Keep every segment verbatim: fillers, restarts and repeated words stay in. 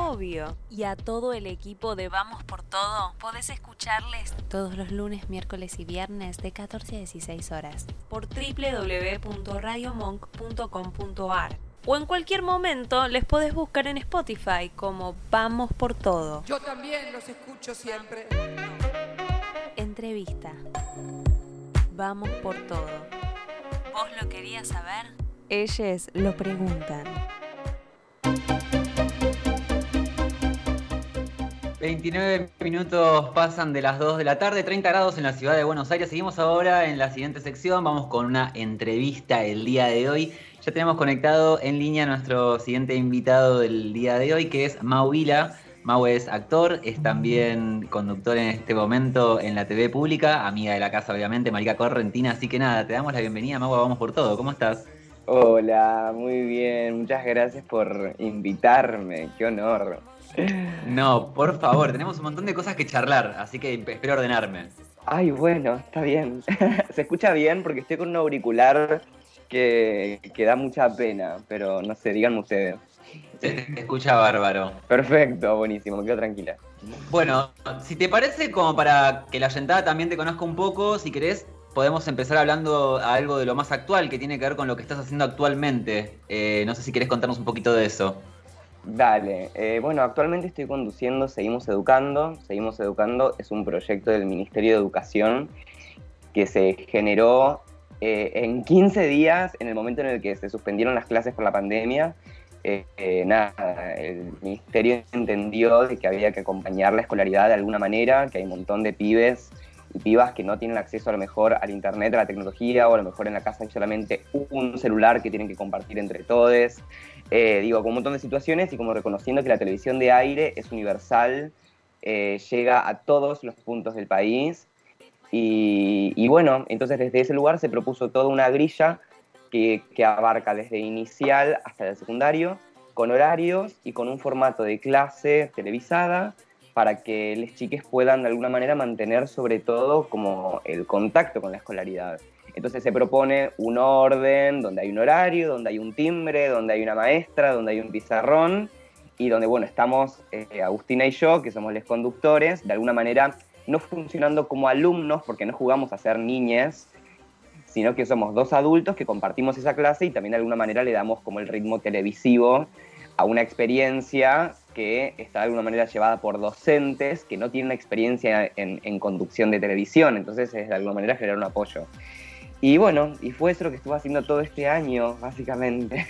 obvio. Y a todo el equipo de Vamos por Todo, podés escucharles todos los lunes, miércoles y viernes de catorce a dieciséis horas por doble u doble u doble u punto radio monk punto com punto a r. O en cualquier momento les podés buscar en Spotify como Vamos por Todo. Yo también los escucho siempre. Entrevista. Vamos por Todo. ¿Vos lo querías saber? Ellos lo preguntan. veintinueve minutos pasan de las dos de la tarde, treinta grados en la ciudad de Buenos Aires. Seguimos ahora en la siguiente sección, vamos con una entrevista el día de hoy. Ya tenemos conectado en línea a nuestro siguiente invitado del día de hoy, que es Mau Vila. Mau es actor, es también conductor en este momento en la T V pública, amiga de la casa obviamente, marica correntina, así que nada, te damos la bienvenida, Mau, Vamos por Todo. ¿Cómo estás? Hola, muy bien, muchas gracias por invitarme, qué honor. No, por favor, tenemos un montón de cosas que charlar, así que espero ordenarme. Ay, bueno, está bien. Se escucha bien porque estoy con un auricular que, que da mucha pena, pero no sé, díganme ustedes. Se te escucha bárbaro. Perfecto, buenísimo, me quedo tranquila. Bueno, si te parece, como para que la oyentada también te conozca un poco, si querés, podemos empezar hablando a algo de lo más actual, que tiene que ver con lo que estás haciendo actualmente. Eh, no sé si querés contarnos un poquito de eso. Dale, eh, bueno, actualmente estoy conduciendo Seguimos Educando. Seguimos Educando es un proyecto del Ministerio de Educación que se generó eh, en quince días, en el momento en el que se suspendieron las clases por la pandemia. Eh, eh, nada, el Ministerio entendió de que había que acompañar la escolaridad de alguna manera, que hay un montón de pibes y pibas que no tienen acceso a lo mejor al internet, a la tecnología, o a lo mejor en la casa hay solamente un celular que tienen que compartir entre todos. Eh, digo, con un montón de situaciones y como reconociendo que la televisión de aire es universal, eh, llega a todos los puntos del país. Y, y bueno, entonces desde ese lugar se propuso toda una grilla que, que abarca desde inicial hasta el secundario, con horarios y con un formato de clase televisada, para que los chiques puedan de alguna manera mantener sobre todo como el contacto con la escolaridad. Entonces se propone un orden donde hay un horario, donde hay un timbre, donde hay una maestra, donde hay un pizarrón y donde, bueno, estamos eh, Agustina y yo, que somos los conductores, de alguna manera no funcionando como alumnos porque no jugamos a ser niñes, sino que somos dos adultos que compartimos esa clase y también de alguna manera le damos como el ritmo televisivo a una experiencia que está de alguna manera llevada por docentes que no tienen experiencia en, en conducción de televisión, entonces es de alguna manera generar un apoyo. Y bueno, y fue eso lo que estuve haciendo todo este año, básicamente.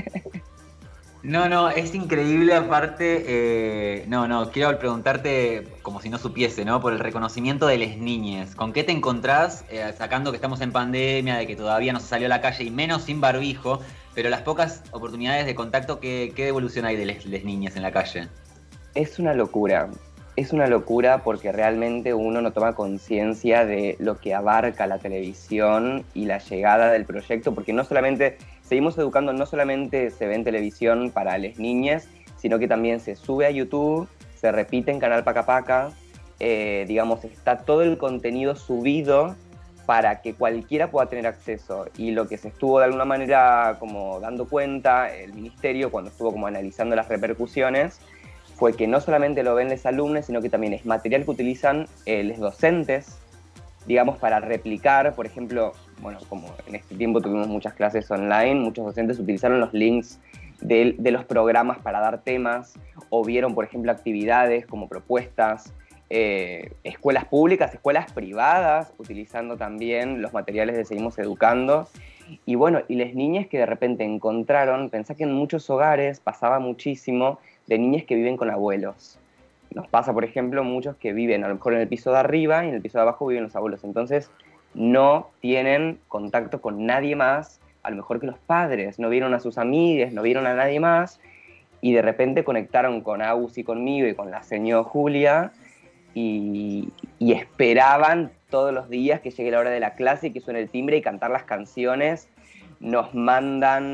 No, no, es increíble aparte, eh, no, no, quiero preguntarte, como si no supiese, ¿no? Por el reconocimiento de las niñas. ¿Con qué te encontrás, eh, sacando que estamos en pandemia, de que todavía no se salió a la calle y menos sin barbijo, pero las pocas oportunidades de contacto, ¿qué, qué devolución hay de las niñas en la calle? Es una locura, es una locura porque realmente uno no toma conciencia de lo que abarca la televisión y la llegada del proyecto, porque no solamente, Seguimos Educando no solamente se ve en televisión para las niñas, sino que también se sube a YouTube, se repite en Canal Paca Paca, eh, digamos, está todo el contenido subido para que cualquiera pueda tener acceso. Y lo que se estuvo de alguna manera como dando cuenta el ministerio cuando estuvo como analizando las repercusiones fue que no solamente lo ven los alumnos, sino que también es material que utilizan eh, los docentes, digamos, para replicar. Por ejemplo, bueno, como en este tiempo tuvimos muchas clases online, muchos docentes utilizaron los links de, de los programas para dar temas, o vieron, por ejemplo, actividades como propuestas, eh, escuelas públicas, escuelas privadas, utilizando también los materiales de Seguimos Educando. Y bueno, y las niñas que de repente encontraron, pensá que en muchos hogares pasaba muchísimo de niñas que viven con abuelos. Nos pasa, por ejemplo, muchos que viven a lo mejor en el piso de arriba y en el piso de abajo viven los abuelos. Entonces no tienen contacto con nadie más, a lo mejor que los padres, no vieron a sus amigas, no vieron a nadie más, y de repente conectaron con Agus y conmigo y con la señora Julia, y, y esperaban todos los días que llegue la hora de la clase y que suene el timbre y cantar las canciones. Nos mandan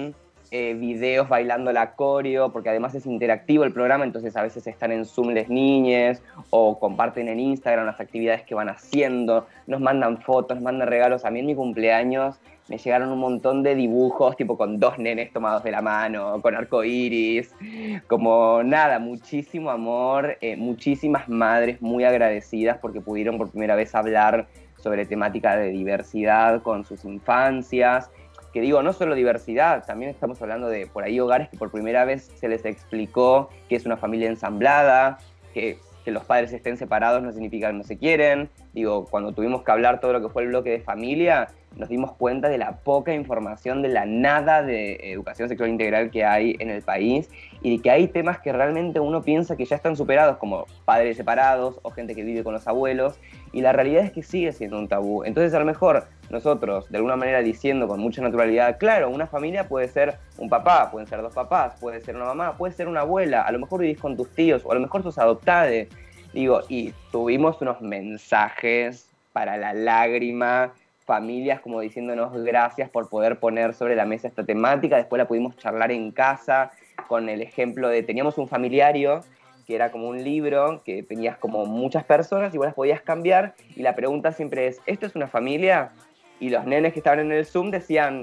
eh, videos bailando la coreo, porque además es interactivo el programa, entonces a veces están en Zoom les niñes, o comparten en Instagram las actividades que van haciendo, nos mandan fotos, nos mandan regalos. A mí en mi cumpleaños me llegaron un montón de dibujos, tipo con dos nenes tomados de la mano, con arcoíris, como nada, muchísimo amor, eh, muchísimas madres muy agradecidas porque pudieron por primera vez hablar sobre temática de diversidad con sus infancias, que digo, no solo diversidad, también estamos hablando de por ahí hogares que por primera vez se les explicó que es una familia ensamblada, que, que los padres estén separados no significa que no se quieren. Digo, cuando tuvimos que hablar todo lo que fue el bloque de familia, nos dimos cuenta de la poca información, de la nada de educación sexual integral que hay en el país y de que hay temas que realmente uno piensa que ya están superados, como padres separados o gente que vive con los abuelos, y la realidad es que sigue siendo un tabú. Entonces, a lo mejor nosotros, de alguna manera diciendo con mucha naturalidad, claro, una familia puede ser un papá, pueden ser dos papás, puede ser una mamá, puede ser una abuela, a lo mejor vivís con tus tíos o a lo mejor sos adoptade. Digo, y tuvimos unos mensajes para la lágrima, familias como diciéndonos gracias por poder poner sobre la mesa esta temática. Después la pudimos charlar en casa con el ejemplo de, teníamos un familiario que era como un libro, que tenías como muchas personas y vos las podías cambiar, y la pregunta siempre es, ¿esto es una familia? Y los nenes que estaban en el Zoom decían,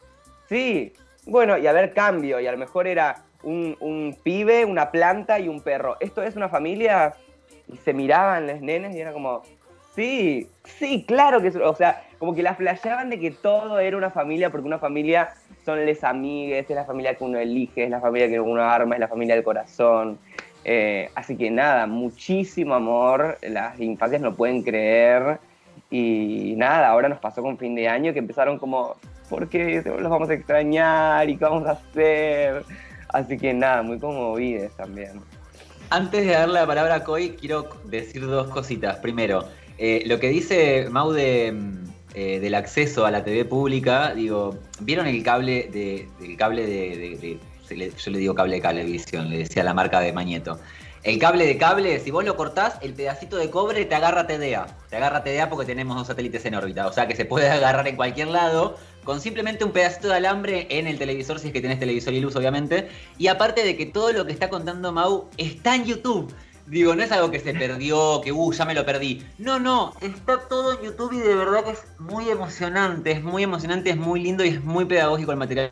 sí, bueno, y a ver, cambio, y a lo mejor era un, un pibe, una planta y un perro. ¿Esto es una familia? Y se miraban los nenes y era como, sí, sí, claro que es, o sea, como que la flasheaban de que todo era una familia, porque una familia son les amigues, es la familia que uno elige, es la familia que uno arma, es la familia del corazón. Eh, así que nada, muchísimo amor, las infancias no pueden creer, y nada, ahora nos pasó con fin de año que empezaron como, ¿por qué los vamos a extrañar? ¿Y qué vamos a hacer? Así que nada, muy conmovidos también. Antes de darle la palabra a Coy, quiero decir dos cositas. Primero, eh, lo que dice Mau de, eh, del acceso a la T V pública, digo, ¿vieron el cable de, del cable de, de, de se le, yo le digo cable de cablevisión, le decía la marca de Mañeto? El cable de cable, si vos lo cortás, el pedacito de cobre te agarra T D A. Te agarra T D A porque tenemos dos satélites en órbita. O sea que se puede agarrar en cualquier lado con simplemente un pedacito de alambre en el televisor, si es que tenés televisor y luz, obviamente. Y aparte de que todo lo que está contando Mau está en YouTube. Digo, no es algo que se perdió, que uh, ya me lo perdí. No, no, está todo en YouTube y de verdad que es muy emocionante. Es muy emocionante, es muy lindo y es muy pedagógico el material.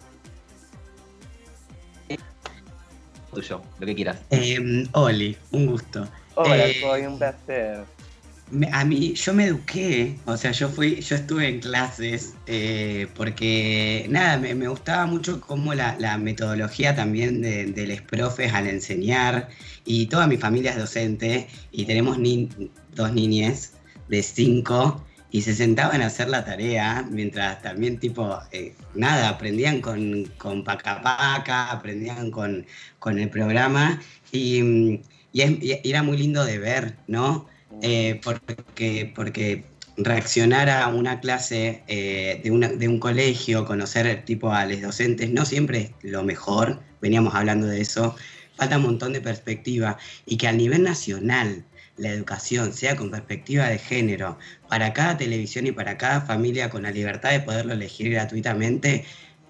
Tuyo, lo que quieras. Eh, Oli, un gusto. Hola, eh, soy un placer. Me, a mí, yo me eduqué, o sea, yo fui, yo estuve en clases, eh, porque nada, me, me gustaba mucho como la, la metodología también de, de los profes al enseñar, y toda mi familia es docente, y tenemos ni, dos niñes de cinco, y se sentaban a hacer la tarea, mientras también tipo, eh, nada, aprendían con, con Paca Paca, aprendían con, con el programa, y, y, es, y era muy lindo de ver, ¿no? Eh, porque, porque reaccionar a una clase eh, de, una, de un colegio, conocer tipo a los docentes, no siempre es lo mejor, veníamos hablando de eso, falta un montón de perspectiva, y que a nivel nacional la educación sea con perspectiva de género, para cada televisión y para cada familia con la libertad de poderlo elegir gratuitamente,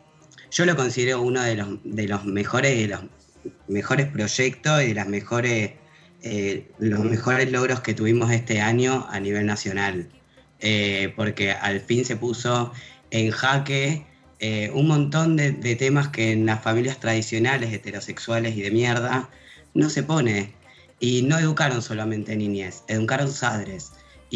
yo lo considero uno de los, de los mejores, de los mejores proyectos y de las mejores... Eh, los mejores logros que tuvimos este año a nivel nacional, eh, porque al fin se puso en jaque eh, un montón de, de temas que en las familias tradicionales, heterosexuales y de mierda, no se pone. Y no educaron solamente niñez, educaron padres.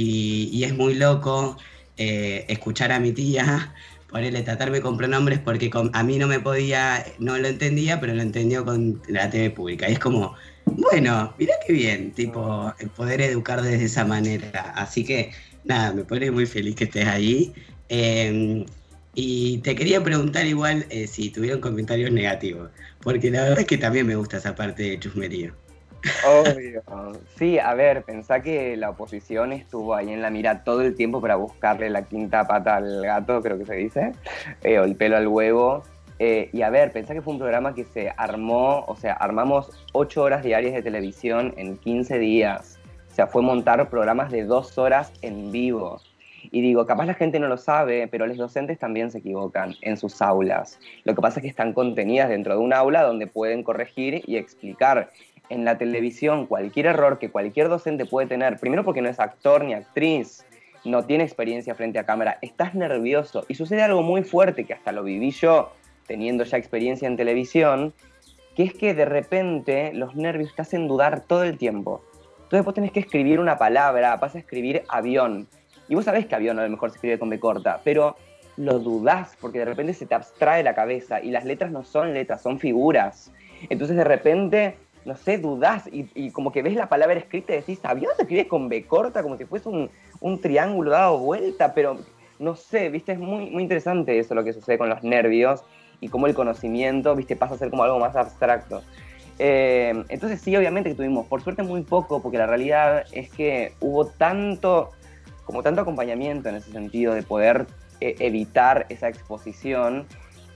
Y, y es muy loco eh, escuchar a mi tía, ponerle tratarme con pronombres, porque con, a mí no me podía, no lo entendía, pero lo entendió con la T V pública. Y es como... Bueno, mirá qué bien, tipo, poder educar de esa manera. Así que, nada, me pone muy feliz que estés ahí. Eh, y te quería preguntar igual eh, si tuvieron comentarios negativos, porque la verdad es que también me gusta esa parte de chusmerío. Obvio. Sí, a ver, pensá que la oposición estuvo ahí en la mira todo el tiempo para buscarle la quinta pata al gato, creo que se dice, eh, o el pelo al huevo. Eh, y a ver, pensá que fue un programa que se armó, o sea, armamos ocho horas diarias de televisión en quince días. O sea, fue montar programas de dos horas en vivo. Y digo, capaz la gente no lo sabe, pero los docentes también se equivocan en sus aulas. Lo que pasa es que están contenidas dentro de un aula donde pueden corregir y explicar. En la televisión, cualquier error que cualquier docente puede tener, primero porque no es actor ni actriz, no tiene experiencia frente a cámara, estás nervioso. Y sucede algo muy fuerte, que hasta lo viví yo, teniendo ya experiencia en televisión, que es que de repente los nervios te hacen dudar todo el tiempo. Entonces vos tenés que escribir una palabra, vas a escribir avión. Y vos sabés que avión a lo mejor se escribe con B corta, pero lo dudás porque de repente se te abstrae la cabeza y las letras no son letras, son figuras. Entonces de repente, no sé, dudás y, y como que ves la palabra escrita y decís, avión se escribe con B corta, como si fuese un, un triángulo dado vuelta, pero no sé, viste, es muy, muy interesante eso lo que sucede con los nervios y cómo el conocimiento, viste, pasa a ser como algo más abstracto. Eh, entonces sí, obviamente que tuvimos, por suerte muy poco, porque la realidad es que hubo tanto, como tanto acompañamiento en ese sentido de poder eh, evitar esa exposición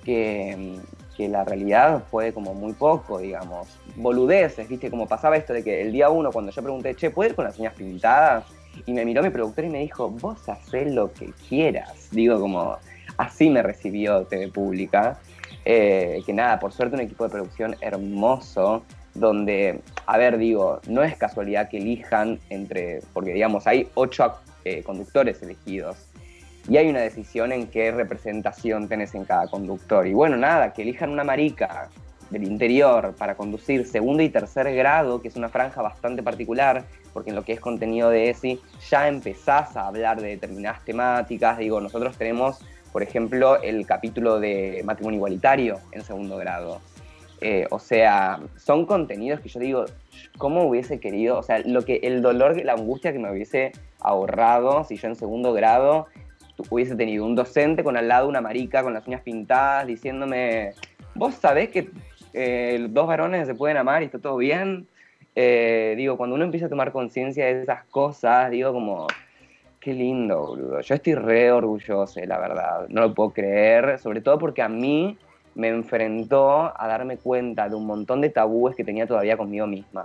que, que la realidad fue como muy poco, digamos. Boludeces, viste, como pasaba esto de que el día uno cuando yo pregunté, che, ¿puedo ir con las uñas pintadas? Y me miró mi productor y me dijo, vos hacés lo que quieras. Digo, como, así me recibió T V Pública. Eh, que nada, por suerte un equipo de producción hermoso, donde, a ver, digo, no es casualidad que elijan entre, porque digamos, hay ocho eh, conductores elegidos, y hay una decisión en qué representación tenés en cada conductor. Y bueno, nada, que elijan una marica del interior para conducir segundo y tercer grado, que es una franja bastante particular, porque en lo que es contenido de E S I ya empezás a hablar de determinadas temáticas. Digo, nosotros tenemos, por ejemplo, el capítulo de matrimonio igualitario en segundo grado. Eh, o sea, son contenidos que yo digo, ¿cómo hubiese querido? O sea, lo que, el dolor, la angustia que me hubiese ahorrado si yo en segundo grado hubiese tenido un docente con al lado una marica con las uñas pintadas diciéndome, ¿vos sabés que eh, dos varones se pueden amar y está todo bien? Eh, digo, cuando uno empieza a tomar conciencia de esas cosas, digo como, qué lindo, boludo. Yo estoy re orgulloso, la verdad. No lo puedo creer, sobre todo porque a mí me enfrentó a darme cuenta de un montón de tabúes que tenía todavía conmigo misma.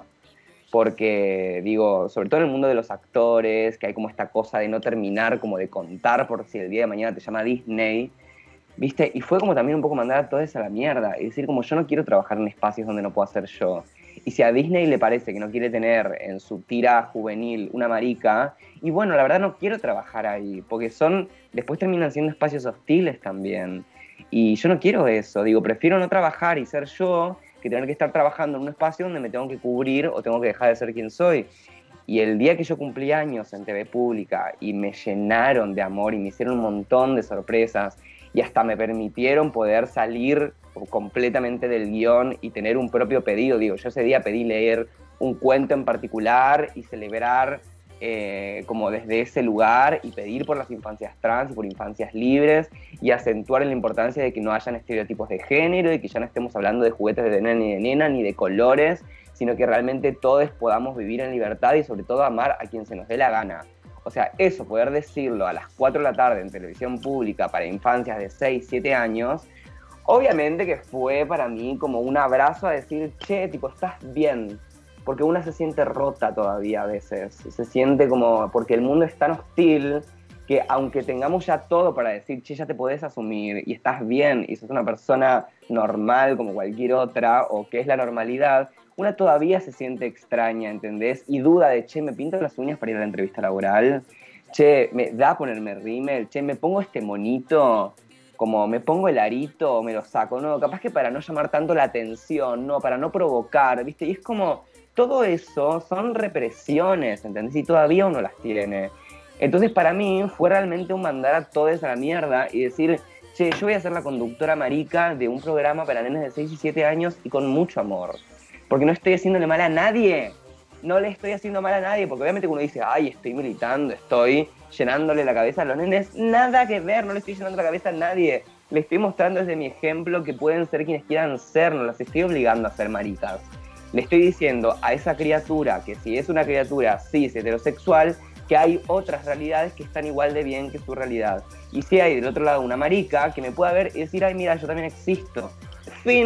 Porque, digo, sobre todo en el mundo de los actores, que hay como esta cosa de no terminar, como de contar por si el día de mañana te llama Disney, ¿viste? Y fue como también un poco mandar a todo eso a la mierda. Y decir, como yo no quiero trabajar en espacios donde no puedo ser yo. Y si a Disney le parece que no quiere tener en su tira juvenil una marica, y bueno, la verdad no quiero trabajar ahí, porque son, después terminan siendo espacios hostiles también. Y yo no quiero eso, digo, prefiero no trabajar y ser yo, que tener que estar trabajando en un espacio donde me tengo que cubrir o tengo que dejar de ser quien soy. Y el día que yo cumplí años en T V Pública y me llenaron de amor y me hicieron un montón de sorpresas y hasta me permitieron poder salir completamente del guión y tener un propio pedido. Digo, yo ese día pedí leer un cuento en particular y celebrar eh, como desde ese lugar y pedir por las infancias trans y por infancias libres y acentuar la importancia de que no hayan estereotipos de género y que ya no estemos hablando de juguetes de nena ni de nena ni de colores, sino que realmente todos podamos vivir en libertad y sobre todo amar a quien se nos dé la gana. O sea, eso, poder decirlo a las cuatro de la tarde en televisión pública para infancias de seis, siete años, obviamente que fue para mí como un abrazo a decir, che, tipo, estás bien. Porque una se siente rota todavía a veces. Se siente como, porque el mundo es tan hostil que aunque tengamos ya todo para decir, che, ya te podés asumir y estás bien y sos una persona normal como cualquier otra o que es la normalidad, una todavía se siente extraña, ¿entendés? Y duda de, che, ¿me pinto las uñas para ir a la entrevista laboral? Che, ¿me da ponerme rímel? Che, ¿me pongo este monito? Como, ¿me pongo el arito o me lo saco? No, capaz que para no llamar tanto la atención, no, para no provocar, ¿viste? Y es como, todo eso son represiones, ¿entendés? Y todavía uno las tiene. Entonces, para mí, fue realmente un mandar a todos a la mierda y decir, che, yo voy a ser la conductora marica de un programa para nenes de seis y siete años y con mucho amor. Porque no estoy haciéndole mal a nadie. No le estoy haciendo mal a nadie. Porque obviamente uno dice, ay, estoy militando, estoy llenándole la cabeza a los nenes. Nada que ver, no le estoy llenando la cabeza a nadie. Le estoy mostrando desde mi ejemplo que pueden ser quienes quieran ser. No las estoy obligando a ser maricas. Le estoy diciendo a esa criatura que si es una criatura cis, heterosexual, que hay otras realidades que están igual de bien que su realidad. Y si hay del otro lado una marica que me pueda ver y decir, ay, mira, yo también existo. Fin.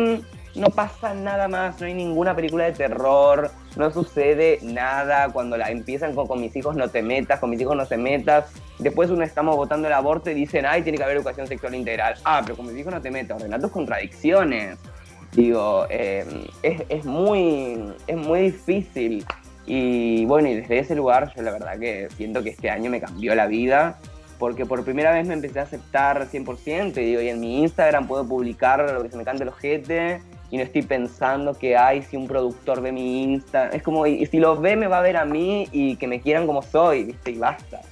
no pasa nada más, no hay ninguna película de terror, no sucede nada, cuando la empiezan con, con mis hijos no te metas, con mis hijos no te metas, después uno estamos votando el aborto y dicen, ay, tiene que haber educación sexual integral, ah, pero con mis hijos no te metas, ordena tus contradicciones, digo, eh, es, es, muy, es muy difícil, y bueno, y desde ese lugar yo la verdad que siento que este año me cambió la vida, porque por primera vez me empecé a aceptar cien por ciento, y digo, y en mi Instagram puedo publicar lo que se me cante el ojete, y no estoy pensando que, ay, si un productor ve mi Insta, es como, y, y si lo ve me va a ver a mí, y que me quieran como soy, ¿viste? Y basta.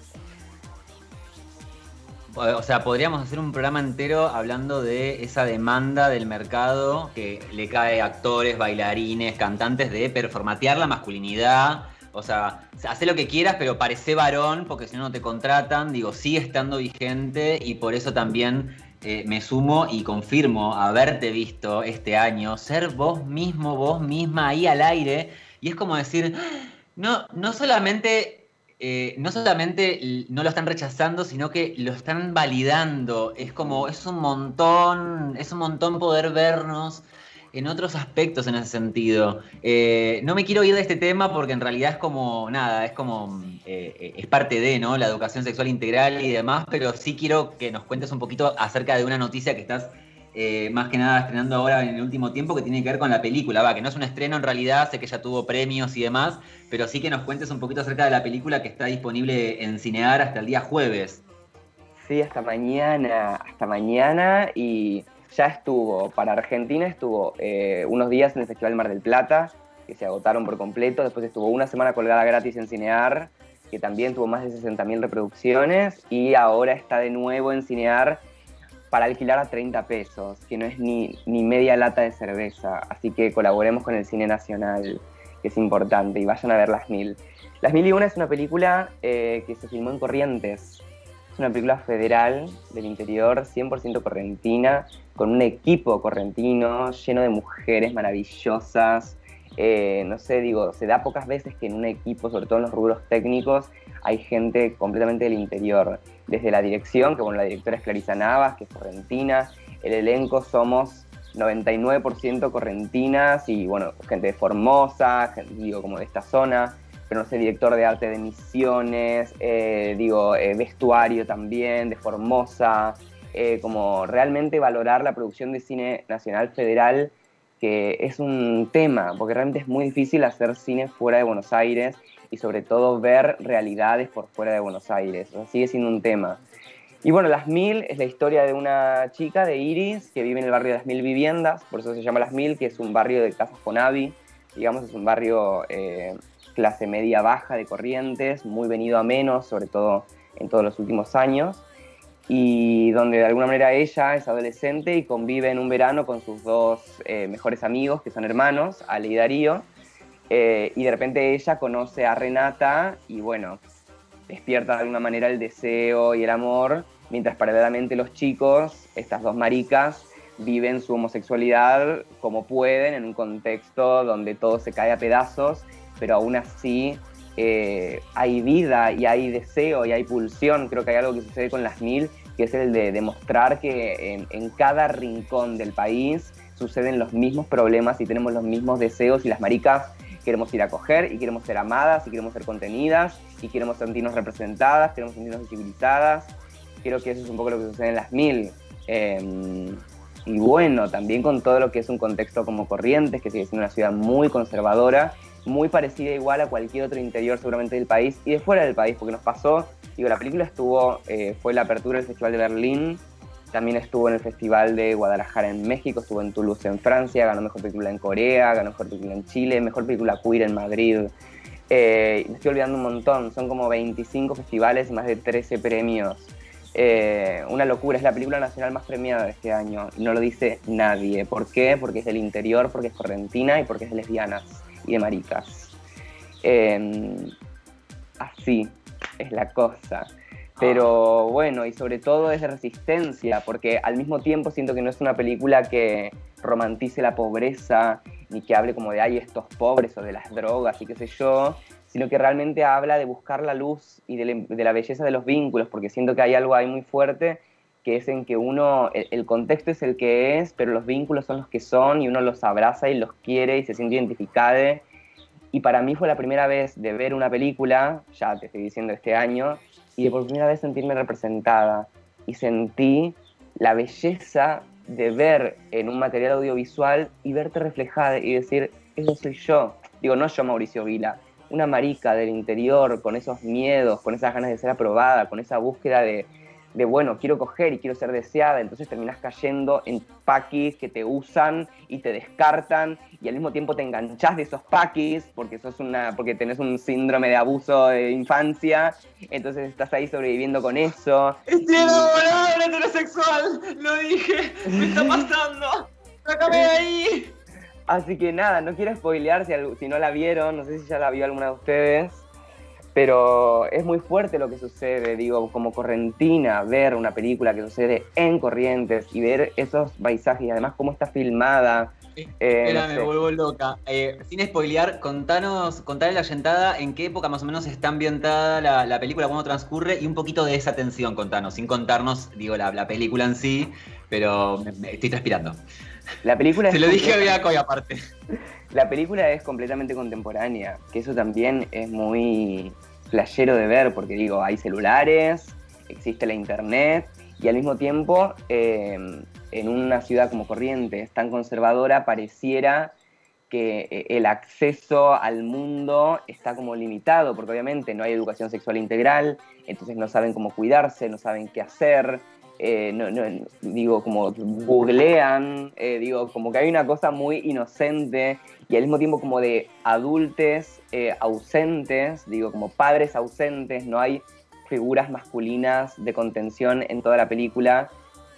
O sea, podríamos hacer un programa entero hablando de esa demanda del mercado que le cae a actores, bailarines, cantantes de performatear la masculinidad. O sea, hacé lo que quieras, pero parece varón, porque si no, no te contratan. Digo, sigue estando vigente y por eso también eh, me sumo y confirmo haberte visto este año, ser vos mismo, vos misma ahí al aire. Y es como decir, no, no solamente... Eh, no solamente no lo están rechazando, sino que lo están validando. Es como, es un montón, es un montón poder vernos en otros aspectos en ese sentido. Eh, no me quiero ir de este tema porque en realidad es como, nada, es como, eh, es parte de, ¿no? La educación sexual integral y demás, pero sí quiero que nos cuentes un poquito acerca de una noticia que estás Eh, más que nada estrenando ahora en el último tiempo, que tiene que ver con la película, va, que no es un estreno en realidad, sé que ya tuvo premios y demás, pero sí que nos cuentes un poquito acerca de la película que está disponible en Cinear hasta el día jueves. Sí, hasta mañana, hasta mañana, y ya estuvo, para Argentina estuvo eh, unos días en el Festival Mar del Plata, que se agotaron por completo, después estuvo una semana colgada gratis en Cinear, que también tuvo más de sesenta mil reproducciones, y ahora está de nuevo en Cinear para alquilar a treinta pesos, que no es ni, ni media lata de cerveza, así que colaboremos con el cine nacional, que es importante, y vayan a ver Las Mil. Las Mil y Una es una película eh, que se filmó en Corrientes, es una película federal del interior, cien por ciento correntina, con un equipo correntino lleno de mujeres maravillosas, eh, no sé, digo, se da pocas veces que en un equipo, sobre todo en los rubros técnicos, hay gente completamente del interior, desde la dirección, que bueno, la directora es Clarisa Navas, que es correntina, el elenco somos noventa y nueve por ciento correntinas y bueno, gente de Formosa, gente, digo, como de esta zona, pero no sé, director de arte de Misiones, eh, digo, eh, vestuario también, de Formosa, eh, como realmente valorar la producción de cine nacional federal, que es un tema, porque realmente es muy difícil hacer cine fuera de Buenos Aires, y sobre todo ver realidades por fuera de Buenos Aires, o sea, sigue siendo un tema. Y bueno, Las Mil es la historia de una chica, de Iris, que vive en el barrio de Las Mil Viviendas, por eso se llama Las Mil, que es un barrio de casas Fonavi, digamos, es un barrio eh, clase media baja de Corrientes, muy venido a menos, sobre todo en todos los últimos años, y donde de alguna manera ella es adolescente y convive en un verano con sus dos eh, mejores amigos, que son hermanos, Ale y Darío, Eh, y de repente ella conoce a Renata y bueno, despierta de alguna manera el deseo y el amor, mientras paralelamente los chicos, estas dos maricas, viven su homosexualidad como pueden en un contexto donde todo se cae a pedazos, pero aún así eh, hay vida y hay deseo y hay pulsión. Creo que hay algo que sucede con Las Mil, que es el de demostrar que en, en cada rincón del país suceden los mismos problemas y tenemos los mismos deseos, y las maricas queremos ir a coger, y queremos ser amadas, y queremos ser contenidas, y queremos sentirnos representadas, queremos sentirnos visibilizadas. Creo que eso es un poco lo que sucede en Las Mil. Eh, y bueno, también con todo lo que es un contexto como Corrientes, que sigue siendo una ciudad muy conservadora, muy parecida igual a cualquier otro interior seguramente del país, y de fuera del país, porque nos pasó, digo, la película estuvo, eh, fue la apertura del Festival de Berlín, también estuvo en el Festival de Guadalajara en México, estuvo en Toulouse en Francia, ganó Mejor Película en Corea, ganó Mejor Película en Chile, Mejor Película Queer en Madrid. Eh, me estoy olvidando un montón, son como veinticinco festivales y más de trece premios. Eh, una locura, es la película nacional más premiada de este año, y no lo dice nadie. ¿Por qué? Porque es del interior, porque es correntina y porque es de lesbianas y de maricas. Eh, así es la cosa. Pero bueno, y sobre todo es de resistencia, porque al mismo tiempo siento que no es una película que romantice la pobreza, ni que hable como de, ay, estos pobres, o de las drogas y qué sé yo, sino que realmente habla de buscar la luz y de la, de la belleza de los vínculos, porque siento que hay algo ahí muy fuerte que es en que uno, el, el contexto es el que es, pero los vínculos son los que son, y uno los abraza y los quiere y se siente identificado. Y para mí fue la primera vez de ver una película, ya te estoy diciendo este año, y de por primera vez sentirme representada. Y sentí la belleza de ver en un material audiovisual y verte reflejada y decir, eso soy yo. Digo, no yo, Mauricio Vila, una marica del interior, con esos miedos, con esas ganas de ser aprobada, con esa búsqueda de, de bueno, quiero coger y quiero ser deseada. Entonces terminás cayendo en paquis que te usan y te descartan, y al mismo tiempo te enganchás de esos paquis porque, sos una, porque tenés un síndrome de abuso de infancia, entonces estás ahí sobreviviendo con eso. ¡Estoy enamorada de la heterosexual! ¡Lo dije! ¡Me está pasando! ¡Sácame de ahí! Así que nada, no quiero spoilear si, si no la vieron, no sé si ya la vio alguna de ustedes, pero es muy fuerte lo que sucede, digo, como correntina, ver una película que sucede en Corrientes y ver esos paisajes y además cómo está filmada. Eh, eh, Espera, no me sé. vuelvo loca. Eh, sin spoilear, contanos, contale la Yentada en qué época más o menos está ambientada la, la película, cómo transcurre, y un poquito de esa tensión, contanos, sin contarnos, digo, la, la película en sí, pero me, me estoy transpirando. La película Se es lo dije a completa- Biaco y aparte. La película es completamente contemporánea, que eso también es muy flashero de ver, porque digo, hay celulares, existe la internet, y al mismo tiempo, eh, en una ciudad como Corrientes, tan conservadora, pareciera que eh, el acceso al mundo está como limitado, porque obviamente no hay educación sexual integral, entonces no saben cómo cuidarse, no saben qué hacer, eh, no, no, digo, como googlean, eh, digo, como que hay una cosa muy inocente y al mismo tiempo como de adultos eh, ausentes, digo, como padres ausentes, no hay figuras masculinas de contención en toda la película.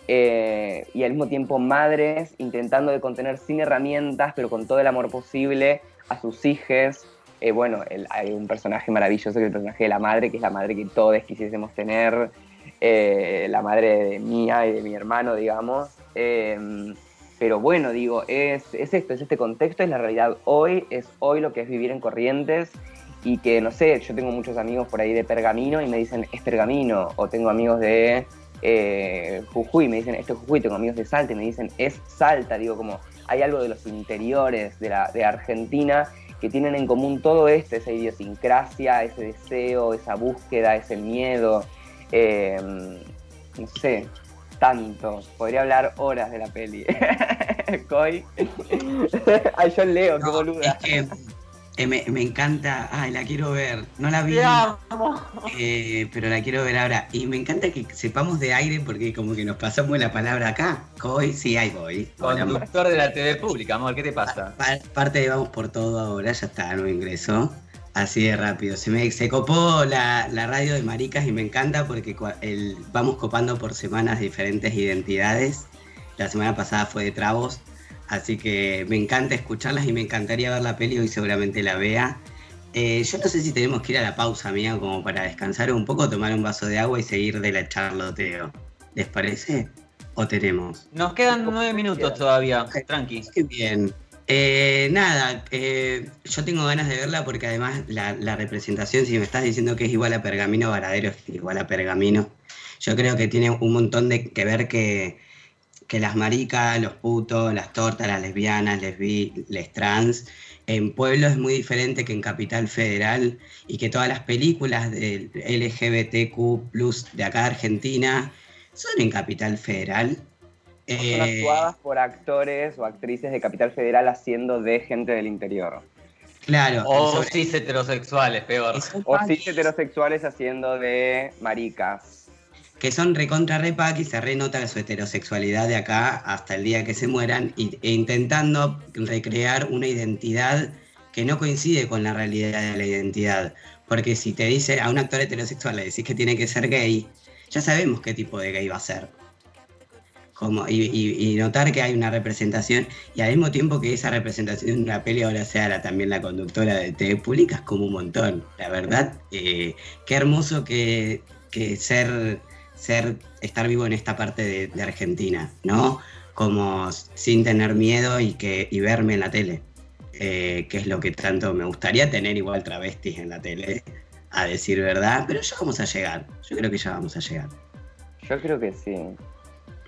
Eh, y al mismo tiempo madres intentando de contener sin herramientas, pero con todo el amor posible, a sus hijos. Eh, bueno, el, hay un personaje maravilloso, que es el personaje de la madre, que es la madre que todos quisiésemos tener, eh, la madre de Mía y de mi hermano, digamos. Eh, pero bueno, digo, es, es esto, es este contexto, es la realidad hoy, es hoy lo que es vivir en Corrientes. Y que, no sé, yo tengo muchos amigos por ahí de Pergamino y me dicen, es Pergamino, o tengo amigos de Eh, Jujuy, me dicen, esto es Jujuy, tengo amigos de Salta y me dicen, es Salta. Digo, como hay algo de los interiores de, la, de Argentina que tienen en común todo esto, esa idiosincrasia, ese deseo, esa búsqueda, ese miedo, eh, no sé, tanto. Podría hablar horas de la peli. Coy. Ay, yo leo, qué No, boluda. es que eh, me, me encanta, ay, la quiero ver, no la vi, Te amo. eh, pero la quiero ver ahora. Y me encanta que sepamos de aire porque como que nos pasamos la palabra acá. Coy, sí, ahí voy. Hola, Conductor de la T V pública, amor, ¿qué te pasa? Pa- parte de Vamos por Todo ahora, ya está, no ingresó. Así de rápido. Se me se copó la, la radio de Maricas y me encanta porque cua- el, vamos copando por semanas diferentes identidades. La semana pasada fue de Trabos, así que me encanta escucharlas y me encantaría ver la peli, hoy seguramente la vea. Eh, yo no sé si tenemos que ir a la pausa, mía, como para descansar un poco, tomar un vaso de agua y seguir de la charloteo. ¿Les parece? ¿O tenemos? Nos quedan nueve minutos todavía, tranqui. Qué bien. Eh, nada, eh, yo tengo ganas de verla porque además la, la representación, si me estás diciendo que es igual a Pergamino, Varadero es igual a Pergamino. Yo creo que tiene un montón de que ver que, que las maricas, los putos, las tortas, las lesbianas, les bi, les trans, en pueblo es muy diferente que en Capital Federal, y que todas las películas del L G B T Q plus de acá de Argentina son en Capital Federal. Son Eh, actuadas por actores o actrices de Capital Federal haciendo de gente del interior. claro. O sobre- cis heterosexuales, peor. que son O paquis, cis heterosexuales haciendo de maricas. que son recontra repac y se renota su heterosexualidad de acá hasta el día que se mueran, y, e intentando recrear una identidad que no coincide con la realidad de la identidad. Porque si te dice a un actor heterosexual le decís que tiene que ser gay, ya sabemos qué tipo de gay va a ser. Como, y, y, y notar que hay una representación, y al mismo tiempo que esa representación en una peli ahora sea la, también la conductora de T V Pública, es como un montón, la verdad. Eh, qué hermoso que, que ser, ser, estar vivo en esta parte de, de Argentina, ¿no? Como sin tener miedo y, que, y verme en la tele, eh, que es lo que tanto me gustaría tener, igual travestis en la tele, a decir verdad, pero ya vamos a llegar, yo creo que ya vamos a llegar. Yo creo que sí.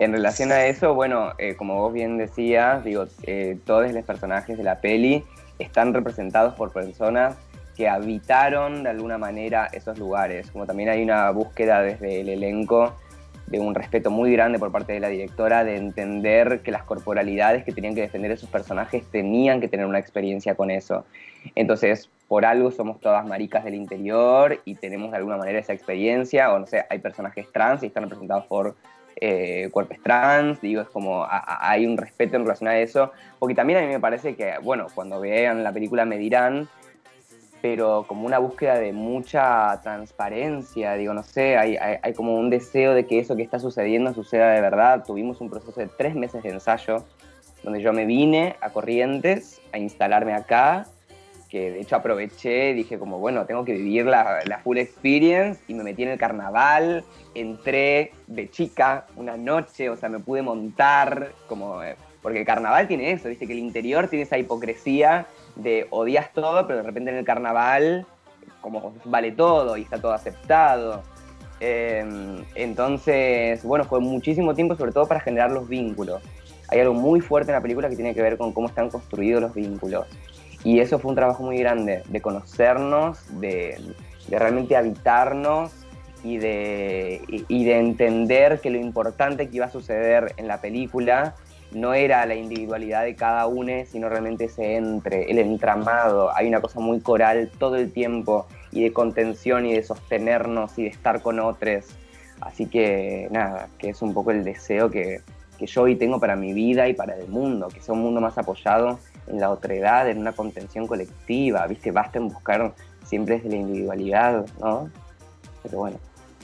En relación a eso, bueno, eh, como vos bien decías, digo, eh, todos los personajes de la peli están representados por personas que habitaron de alguna manera esos lugares, como también hay una búsqueda desde el elenco de un respeto muy grande por parte de la directora, de entender que las corporalidades que tenían que defender esos personajes tenían que tener una experiencia con eso. Entonces, por algo somos todas maricas del interior y tenemos de alguna manera esa experiencia, o no sé, hay personajes trans y están representados por eh, cuerpos trans, digo, es como, a, a, hay un respeto en relación a eso, porque también a mí me parece que, bueno, cuando vean la película me dirán, pero como una búsqueda de mucha transparencia, digo, no sé, hay, hay, hay como un deseo de que eso que está sucediendo suceda de verdad. Tuvimos un proceso de tres meses de ensayo, donde yo me vine a Corrientes a instalarme acá, que de hecho aproveché, dije como, bueno, tengo que vivir la, la full experience, y me metí en el carnaval, entré de chica una noche, o sea, me pude montar, como, porque el carnaval tiene eso, viste, que el interior tiene esa hipocresía de odias todo, pero de repente en el carnaval como vale todo y está todo aceptado. Eh, entonces, bueno, fue muchísimo tiempo, sobre todo para generar los vínculos. Hay algo muy fuerte en la película que tiene que ver con cómo están construidos los vínculos. Y eso fue un trabajo muy grande, de conocernos, de, de realmente habitarnos y de, y, y de entender que lo importante que iba a suceder en la película no era la individualidad de cada uno, sino realmente ese entre, el entramado. Hay una cosa muy coral todo el tiempo, y de contención y de sostenernos y de estar con otros. Así que nada, que es un poco el deseo que, que yo hoy tengo para mi vida y para el mundo, que sea un mundo más apoyado en la otredad, en una contención colectiva, ¿viste? Basta en buscar siempre desde la individualidad, ¿no? Pero bueno.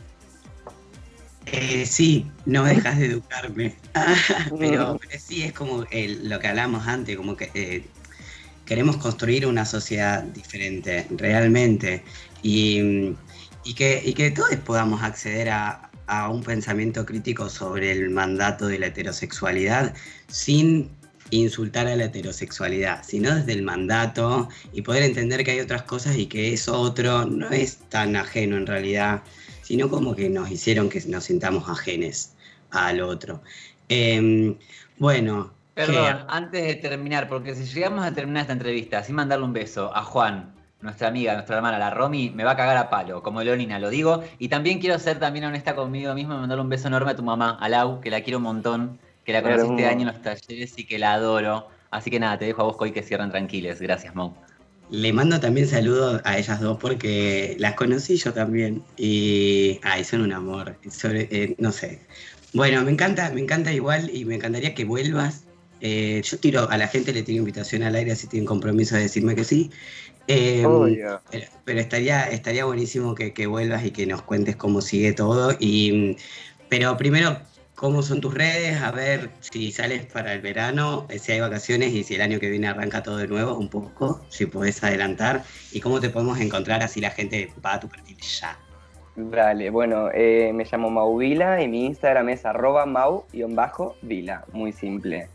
Eh, sí, no dejas de educarme. pero, pero sí, es como el, lo que hablamos antes, como que eh, queremos construir una sociedad diferente, realmente, y, y, que, y que todos podamos acceder a, a un pensamiento crítico sobre el mandato de la heterosexualidad sin insultar a la heterosexualidad, sino desde el mandato, y poder entender que hay otras cosas y que eso otro no es tan ajeno en realidad, sino como que nos hicieron que nos sintamos ajenes al otro. Eh, bueno. Perdón, ¿qué? Antes de terminar, porque si llegamos a terminar esta entrevista sin mandarle un beso a Juan, nuestra amiga, nuestra hermana, la Romy, me va a cagar a palo, como Leonina, lo digo. Y también quiero ser también honesta conmigo mismo y mandarle un beso enorme a tu mamá, a Lau, que la quiero un montón, que la conocí este año en los talleres y que la adoro. Así que nada, te dejo a vos, Coy, que cierren tranquiles. Gracias, Mau. Le mando también saludos a ellas dos porque las conocí yo también y ay, son un amor, sobre, eh, no sé. Bueno, me encanta, me encanta igual y me encantaría que vuelvas. Eh, yo tiro a la gente, le tiro invitación al aire si tienen compromiso de decirme que sí. Eh, oh, yeah. pero, pero estaría, estaría buenísimo que, que vuelvas y que nos cuentes cómo sigue todo. Y, pero primero, ¿cómo son tus redes? A ver si sales para el verano, si hay vacaciones y si el año que viene arranca todo de nuevo, un poco, si podés adelantar. ¿Y cómo te podemos encontrar así la gente va a tu perfil ya? Vale, bueno, eh, me llamo Mau Vila y mi Instagram es arroba mau-vila, muy simple.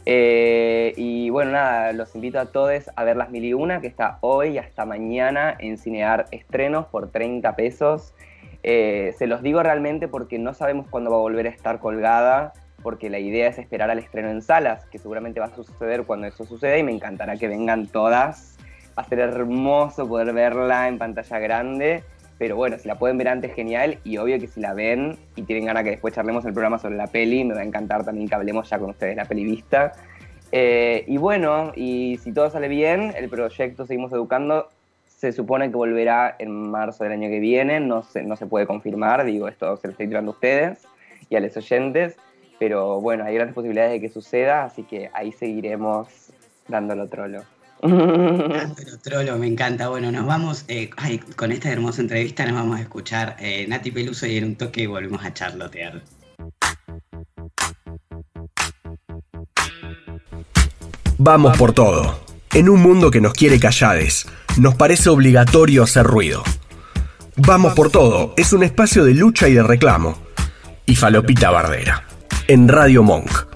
Eh, y bueno, nada, los invito a todos a ver Las Mil y Una, que está hoy y hasta mañana en Cinear Estrenos por treinta pesos. Eh, se los digo realmente porque no sabemos cuándo va a volver a estar colgada, porque la idea es esperar al estreno en salas, que seguramente va a suceder cuando eso suceda, y me encantará que vengan todas. Va a ser hermoso poder verla en pantalla grande, pero bueno, si la pueden ver antes, genial, y obvio que si la ven y tienen ganas que después charlemos el programa sobre la peli, me va a encantar también que hablemos ya con ustedes la peli vista. Eh, y bueno, y si todo sale bien, el proyecto Seguimos Educando se supone que volverá en marzo del año que viene, no se, no se puede confirmar, digo, esto se lo estoy tirando a ustedes y a los oyentes, pero bueno, hay grandes posibilidades de que suceda, así que ahí seguiremos dándolo trolo. Dándolo trolo, me encanta. Bueno, nos vamos, eh, ay, con esta hermosa entrevista nos vamos a escuchar eh, Nati Peluso y En un toque y volvemos a charlotear. Vamos por todo. En un mundo que nos quiere callades, nos parece obligatorio hacer ruido. Vamos por todo es un espacio de lucha y de reclamo. Y Falopita Bardera, en Radio Monk.